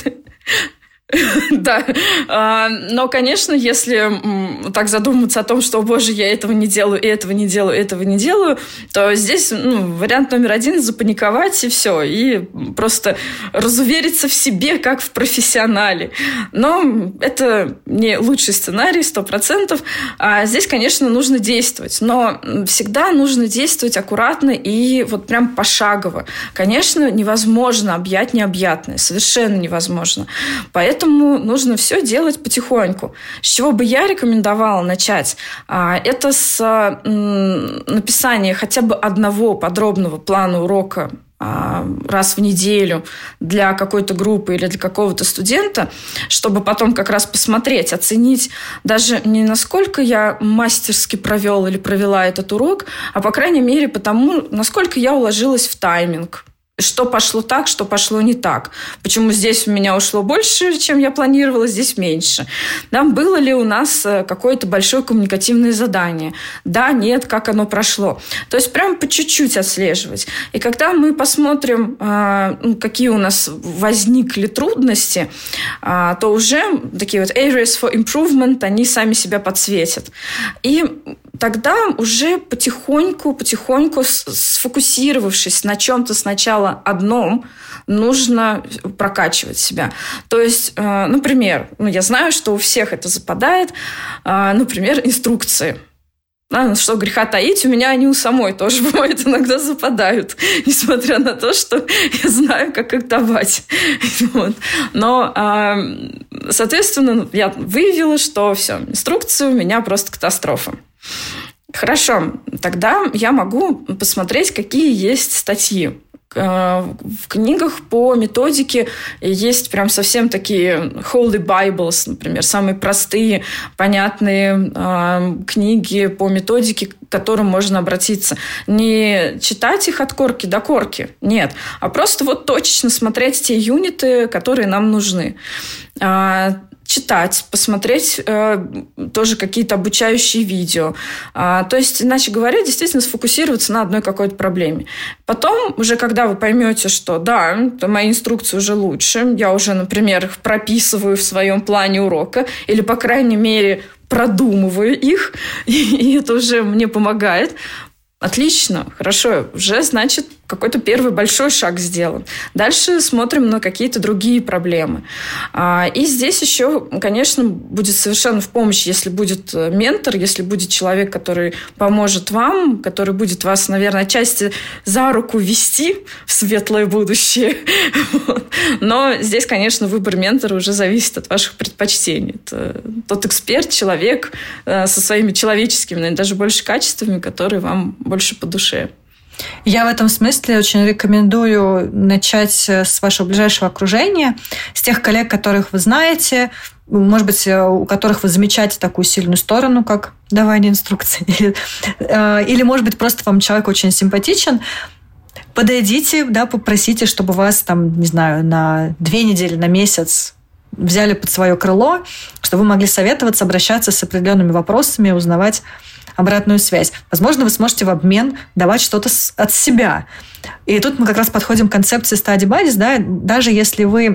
Speaker 3: Да, но, конечно, если так задуматься о том, что, о боже, я этого не делаю, этого не делаю, то здесь вариант номер один – запаниковать и все, и просто разувериться в себе, как в профессионале. Но это не лучший сценарий, 100%. А здесь, конечно, нужно действовать, но всегда нужно действовать аккуратно и вот прям пошагово. Конечно, невозможно объять необъятное, совершенно невозможно. Поэтому нужно все делать потихоньку. С чего бы я рекомендовала начать? Это с написания хотя бы одного подробного плана урока раз в неделю для какой-то группы или для какого-то студента, чтобы потом как раз посмотреть, оценить даже не насколько я мастерски провел или провела этот урок, а по крайней мере потому, насколько я уложилась в тайминг. Что пошло так, что пошло не так. Почему здесь у меня ушло больше, чем я планировала, здесь меньше. Да, было ли у нас какое-то большое коммуникативное задание? Да, нет, как оно прошло. То есть прям по чуть-чуть отслеживать. И когда мы посмотрим, какие у нас возникли трудности, то уже такие вот areas for improvement, они сами себя подсветят. И тогда уже потихоньку, сфокусировавшись на чем-то сначала одном, нужно прокачивать себя. То есть, например, я знаю, что у всех это западает, например, инструкции. Что греха таить, у меня они у самой тоже бывает иногда западают, несмотря на то, что я знаю, как их давать. Вот. Но, соответственно, я выявила, что все, инструкции у меня просто катастрофа. Хорошо, тогда я могу посмотреть, какие есть статьи. В книгах по методике есть прям совсем такие Holy Bibles, например, самые простые, понятные книги по методике, к которым можно обратиться. Не читать их от корки до корки, нет, а просто вот точечно смотреть те юниты, которые нам нужны. Читать, посмотреть тоже какие-то обучающие видео. То есть, иначе говоря, действительно сфокусироваться на одной какой-то проблеме. Потом, уже когда вы поймете, что да, мои инструкции уже лучше, я уже, например, их прописываю в своем плане урока, или, по крайней мере, продумываю их, и это уже мне помогает. Отлично, хорошо, уже, значит, какой-то первый большой шаг сделан. Дальше смотрим на какие-то другие проблемы. И здесь еще, конечно, будет совершенно в помощь, если будет ментор, если будет человек, который поможет вам, который будет вас, наверное, отчасти за руку вести в светлое будущее. Но здесь, конечно, выбор ментора уже зависит от ваших предпочтений. Это тот эксперт, человек со своими человеческими, наверное, даже больше качествами, которые вам больше по душе.
Speaker 2: Я в этом смысле очень рекомендую начать с вашего ближайшего окружения, с тех коллег, которых вы знаете, может быть, у которых вы замечаете такую сильную сторону, как давание инструкций, или, может быть, просто вам человек очень симпатичен. Подойдите, да, попросите, чтобы вас там, не знаю, на 2 недели, на месяц взяли под свое крыло, чтобы вы могли советоваться, обращаться с определенными вопросами, узнавать обратную связь. Возможно, вы сможете в обмен давать что-то от себя. И тут мы как раз подходим к концепции study buddies, да, даже если вы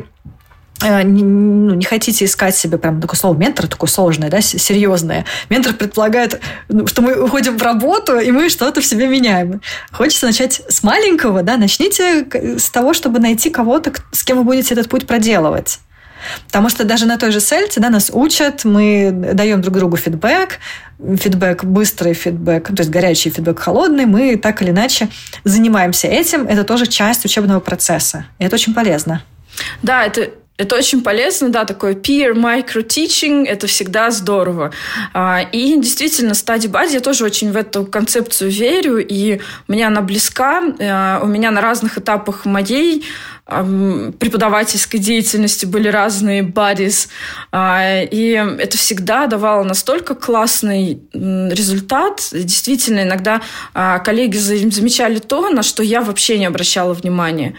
Speaker 2: не хотите искать себе прям такое слово ментор, такое сложное, да, серьезное. Ментор предполагает, что мы уходим в работу, и мы что-то в себе меняем. Хочется начать с маленького, да, начните с того, чтобы найти кого-то, с кем вы будете этот путь проделывать. Потому что даже на той же Сельте, да, нас учат, мы даем друг другу фидбэк быстрый, фидбэк, то есть горячий фидбэк холодный, мы так или иначе занимаемся этим, это тоже часть учебного процесса, и это очень полезно.
Speaker 3: Да, это очень полезно, да, такой peer micro-teaching, это всегда здорово. И действительно, study buddy, я тоже очень в эту концепцию верю, и мне она близка. У меня на разных этапах моей преподавательской деятельности были разные buddies. И это всегда давало настолько классный результат. Действительно, иногда коллеги замечали то, на что я вообще не обращала внимания.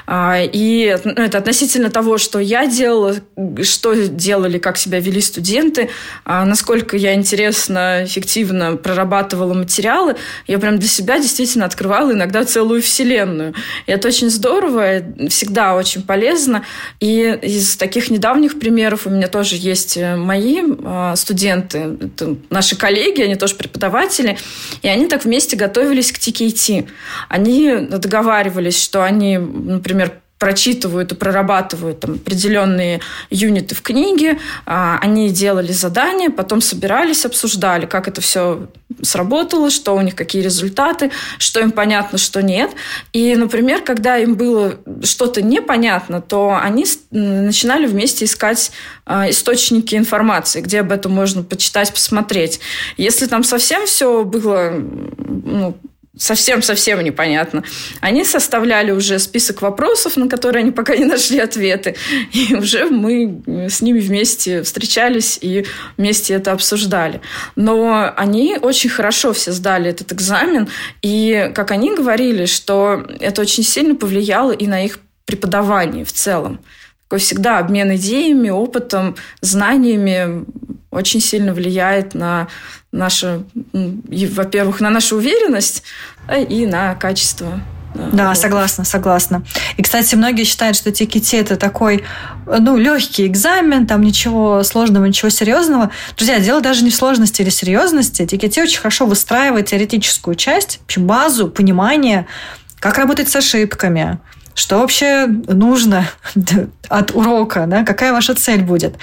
Speaker 3: И это относительно того, что я делала, что делали, как себя вели студенты, насколько я интересно, эффективно прорабатывала материалы, я прям для себя действительно открывала иногда целую вселенную. И это очень здорово, всегда очень полезно. И из таких недавних примеров у меня тоже есть мои студенты, это наши коллеги, они тоже преподаватели, и они так вместе готовились к TKT. Они договаривались, что они, например, прочитывают и прорабатывают там определенные юниты в книге, они делали задания, потом собирались, обсуждали, как это все сработало, что у них, какие результаты, что им понятно, что нет. И, например, когда им было что-то непонятно, то они начинали вместе искать источники информации, где об этом можно почитать, посмотреть. Если там совсем все было совсем-совсем непонятно. Они составляли уже список вопросов, на которые они пока не нашли ответы. И уже мы с ними вместе встречались и вместе это обсуждали. Но они очень хорошо все сдали этот экзамен. И, как они говорили, что это очень сильно повлияло и на их преподавание в целом. Такой всегда обмен идеями, опытом, знаниями очень сильно влияет на нашу, во-первых, на нашу уверенность и на качество.
Speaker 2: Да, согласна. И, кстати, многие считают, что TKT – это такой, легкий экзамен, там ничего сложного, ничего серьезного. Друзья, дело даже не в сложности или серьезности. TKT очень хорошо выстраивает теоретическую часть, базу, понимание, как работать с ошибками, что вообще нужно от урока, да, какая ваша цель будет.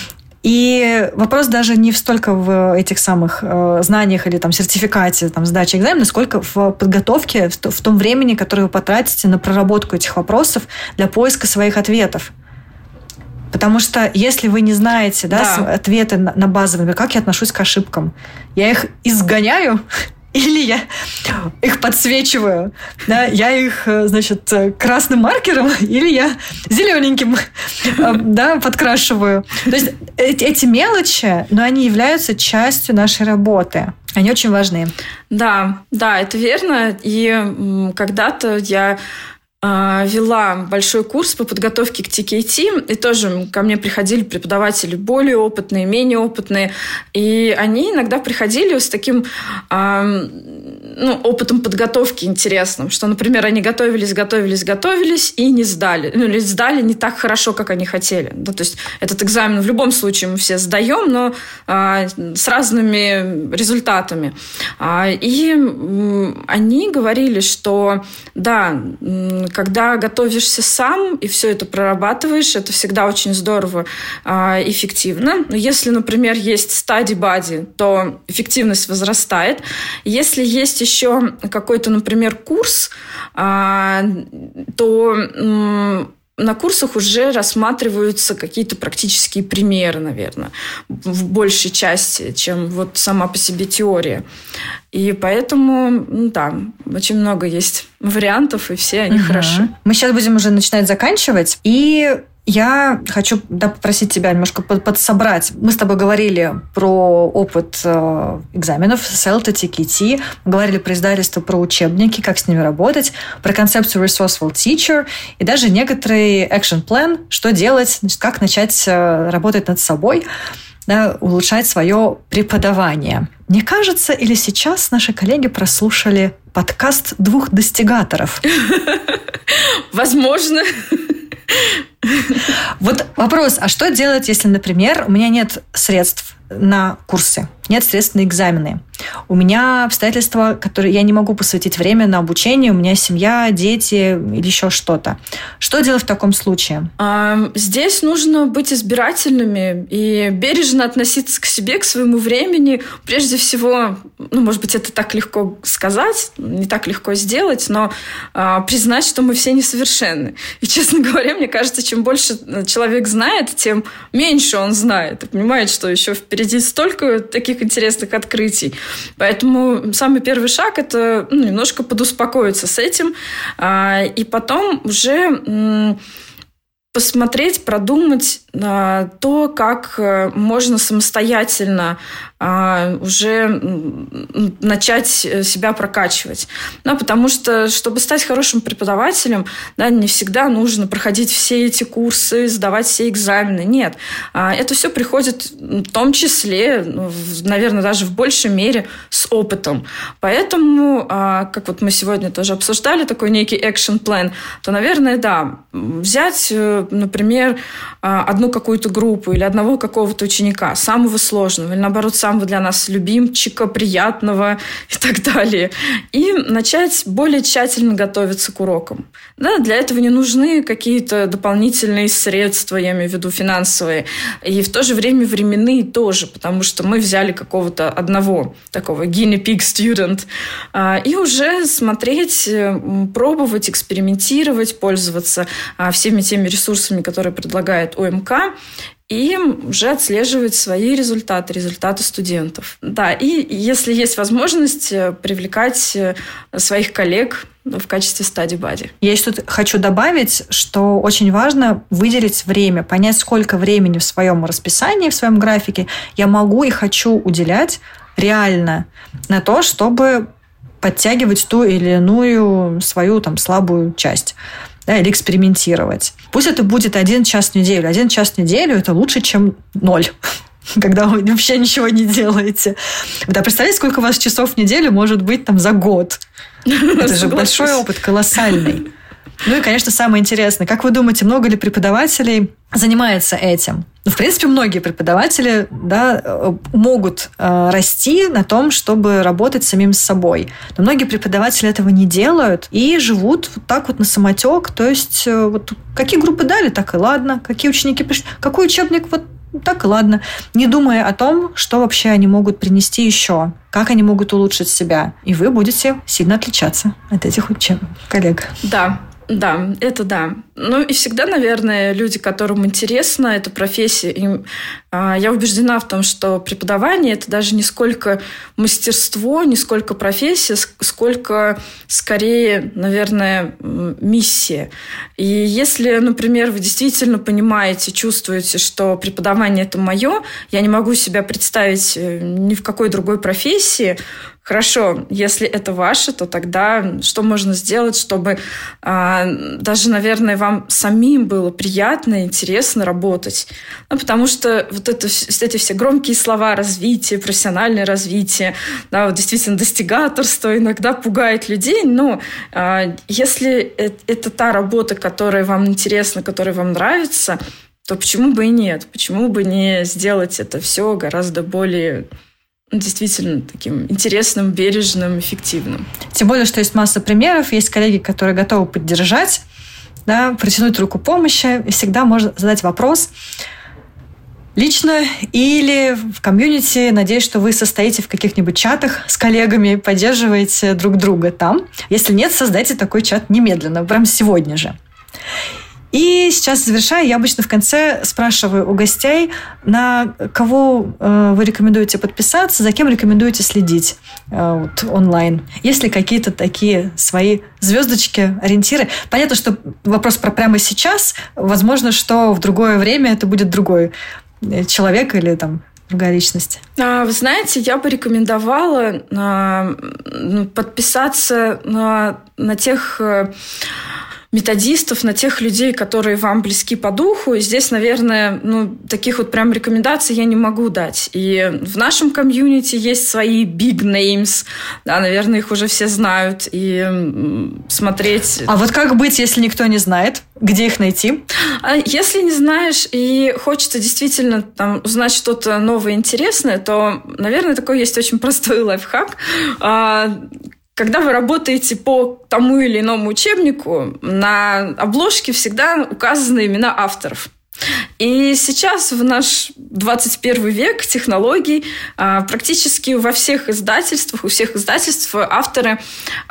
Speaker 2: И вопрос даже не столько в этих самых знаниях или там сертификате там, сдачи экзамена, сколько в подготовке, в том времени, которое вы потратите на проработку этих вопросов для поиска своих ответов. Потому что если вы не знаете ответы на базовые, как я отношусь к ошибкам, я их изгоняю, или я их подсвечиваю, да, я их, значит, красным маркером, или я зелененьким, да, подкрашиваю. То есть эти мелочи, но они являются частью нашей работы. Они очень важны.
Speaker 3: Да, это верно. И когда-то я вела большой курс по подготовке к TKT, и тоже ко мне приходили преподаватели более опытные, менее опытные, и они иногда приходили с таким опытом подготовки интересным, что, например, они готовились и не сдали. Или сдали не так хорошо, как они хотели. Да, то есть этот экзамен в любом случае мы все сдаем, но с разными результатами. И они говорили, что да, когда готовишься сам и все это прорабатываешь, это всегда очень здорово, эффективно. Но если, например, есть study buddy, то эффективность возрастает. Если есть еще какой-то, например, курс, то на курсах уже рассматриваются какие-то практические примеры, наверное, в большей части, чем вот сама по себе теория. И поэтому, очень много есть вариантов, и все они хороши.
Speaker 2: Мы сейчас будем уже начинать заканчивать, и я хочу попросить тебя немножко подсобрать. Мы с тобой говорили про опыт экзаменов, CELTA, TKT, мы говорили про издательство, про учебники, как с ними работать, про концепцию resourceful teacher и даже некоторый action plan, что делать, значит, как начать работать над собой, да, улучшать свое преподавание. Мне кажется, или сейчас наши коллеги прослушали подкаст двух достигаторов?
Speaker 3: Возможно.
Speaker 2: Вот вопрос, а что делать, если, например, у меня нет средств на курсы, нет средств на экзамены? У меня обстоятельства, которые я не могу посвятить время на обучение, у меня семья, дети или еще что-то. Что делать в таком случае?
Speaker 3: Здесь нужно быть избирательными и бережно относиться к себе, к своему времени. Прежде всего, может быть, это так легко сказать, не так легко сделать, но признать, что мы все несовершенны. И, честно говоря, мне кажется, чем больше человек знает, тем меньше он знает. И понимает, что еще впереди столько таких интересных открытий. Поэтому самый первый шаг – это немножко подуспокоиться с этим, и потом уже посмотреть, продумать то, как можно самостоятельно уже начать себя прокачивать. Потому что, чтобы стать хорошим преподавателем, не всегда нужно проходить все эти курсы, сдавать все экзамены. Нет. Это все приходит в том числе, наверное, даже в большей мере с опытом. Поэтому, как вот мы сегодня тоже обсуждали, такой некий action plan, то, наверное, взять, например, одну какую-то группу или одного какого-то ученика, самого сложного, или, наоборот, самого для нас любимчика, приятного и так далее, и начать более тщательно готовиться к урокам. Для этого не нужны какие-то дополнительные средства, я имею в виду финансовые, и в то же время временные тоже, потому что мы взяли какого-то одного такого guinea pig student, и уже смотреть, пробовать, экспериментировать, пользоваться всеми теми ресурсами, которые предлагает ОМК, и уже отслеживать свои результаты студентов. И если есть возможность, привлекать своих коллег в качестве study-buddy.
Speaker 2: Я еще тут хочу добавить, что очень важно выделить время, понять, сколько времени в своем расписании, в своем графике я могу и хочу уделять реально на то, чтобы подтягивать ту или иную свою слабую часть. Или экспериментировать. Пусть это будет 1 час в неделю. 1 час в неделю – это лучше, чем 0, когда вы вообще ничего не делаете. Представляете, сколько у вас часов в неделю может быть за год? Это же большой опыт, колоссальный. И, конечно, самое интересное. Как вы думаете, много ли преподавателей занимается этим? В принципе, многие преподаватели могут расти на том, чтобы работать самим с собой. Но многие преподаватели этого не делают и живут вот так вот на самотек. То есть, какие группы дали, так и ладно. Какие ученики пришли, какой учебник, так и ладно. Не думая о том, что вообще они могут принести еще, как они могут улучшить себя. И вы будете сильно отличаться от этих коллег.
Speaker 3: Да, это да. И всегда, наверное, люди, которым интересна эта профессия, я убеждена в том, что преподавание – это даже не сколько мастерство, не сколько профессия, сколько, скорее, наверное, миссия. И если, например, вы действительно понимаете, чувствуете, что преподавание – это мое, я не могу себя представить ни в какой другой профессии, хорошо, если это ваше, то тогда что можно сделать, чтобы даже, наверное, вам самим было приятно и интересно работать? Потому что эти все громкие слова развитие, профессиональное развитие, действительно достигаторство иногда пугает людей, но если это та работа, которая вам интересна, которая вам нравится, то почему бы и нет? Почему бы не сделать это все гораздо более действительно таким интересным, бережным, эффективным.
Speaker 2: Тем более, что есть масса примеров, есть коллеги, которые готовы поддержать, протянуть руку помощи, и всегда можно задать вопрос лично или в комьюнити. Надеюсь, что вы состоите в каких-нибудь чатах с коллегами, поддерживаете друг друга там. Если нет, создайте такой чат немедленно, прямо сегодня же. И сейчас, завершая, я обычно в конце спрашиваю у гостей, на кого вы рекомендуете подписаться, за кем рекомендуете следить онлайн. Есть ли какие-то такие свои звездочки, ориентиры? Понятно, что вопрос про прямо сейчас. Возможно, что в другое время это будет другой человек или другая личность.
Speaker 3: Вы знаете, я бы рекомендовала подписаться на тех методистов, на тех людей, которые вам близки по духу. И здесь, наверное, таких прям рекомендаций я не могу дать. И в нашем комьюнити есть свои big names. Наверное, их уже все знают. И смотреть...
Speaker 2: А как быть, если никто не знает? Где их найти?
Speaker 3: Если не знаешь и хочется действительно узнать что-то новое, интересное, то, наверное, такой есть очень простой лайфхак. Когда вы работаете по тому или иному учебнику, на обложке всегда указаны имена авторов. И сейчас, в наш 21 век технологий, практически во всех издательствах, у всех издательств авторы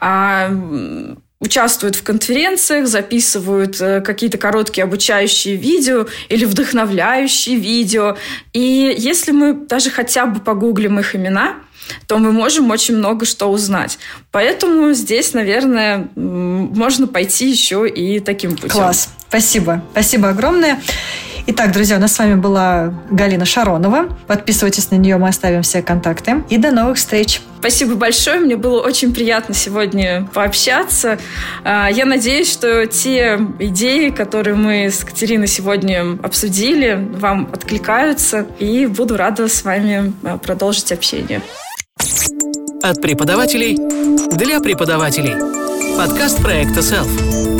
Speaker 3: участвуют в конференциях, записывают какие-то короткие обучающие видео или вдохновляющие видео. И если мы даже хотя бы погуглим их имена, то мы можем очень много что узнать. Поэтому здесь, наверное, можно пойти еще и таким путем.
Speaker 2: Класс. Спасибо. Спасибо огромное. Итак, друзья, у нас с вами была Галина Шаронова. Подписывайтесь на нее, мы оставим все контакты. И до новых встреч.
Speaker 3: Спасибо большое. Мне было очень приятно сегодня пообщаться. Я надеюсь, что те идеи, которые мы с Катериной сегодня обсудили, вам откликаются. И буду рада с вами продолжить общение.
Speaker 1: От преподавателей для преподавателей. Подкаст проекта Self.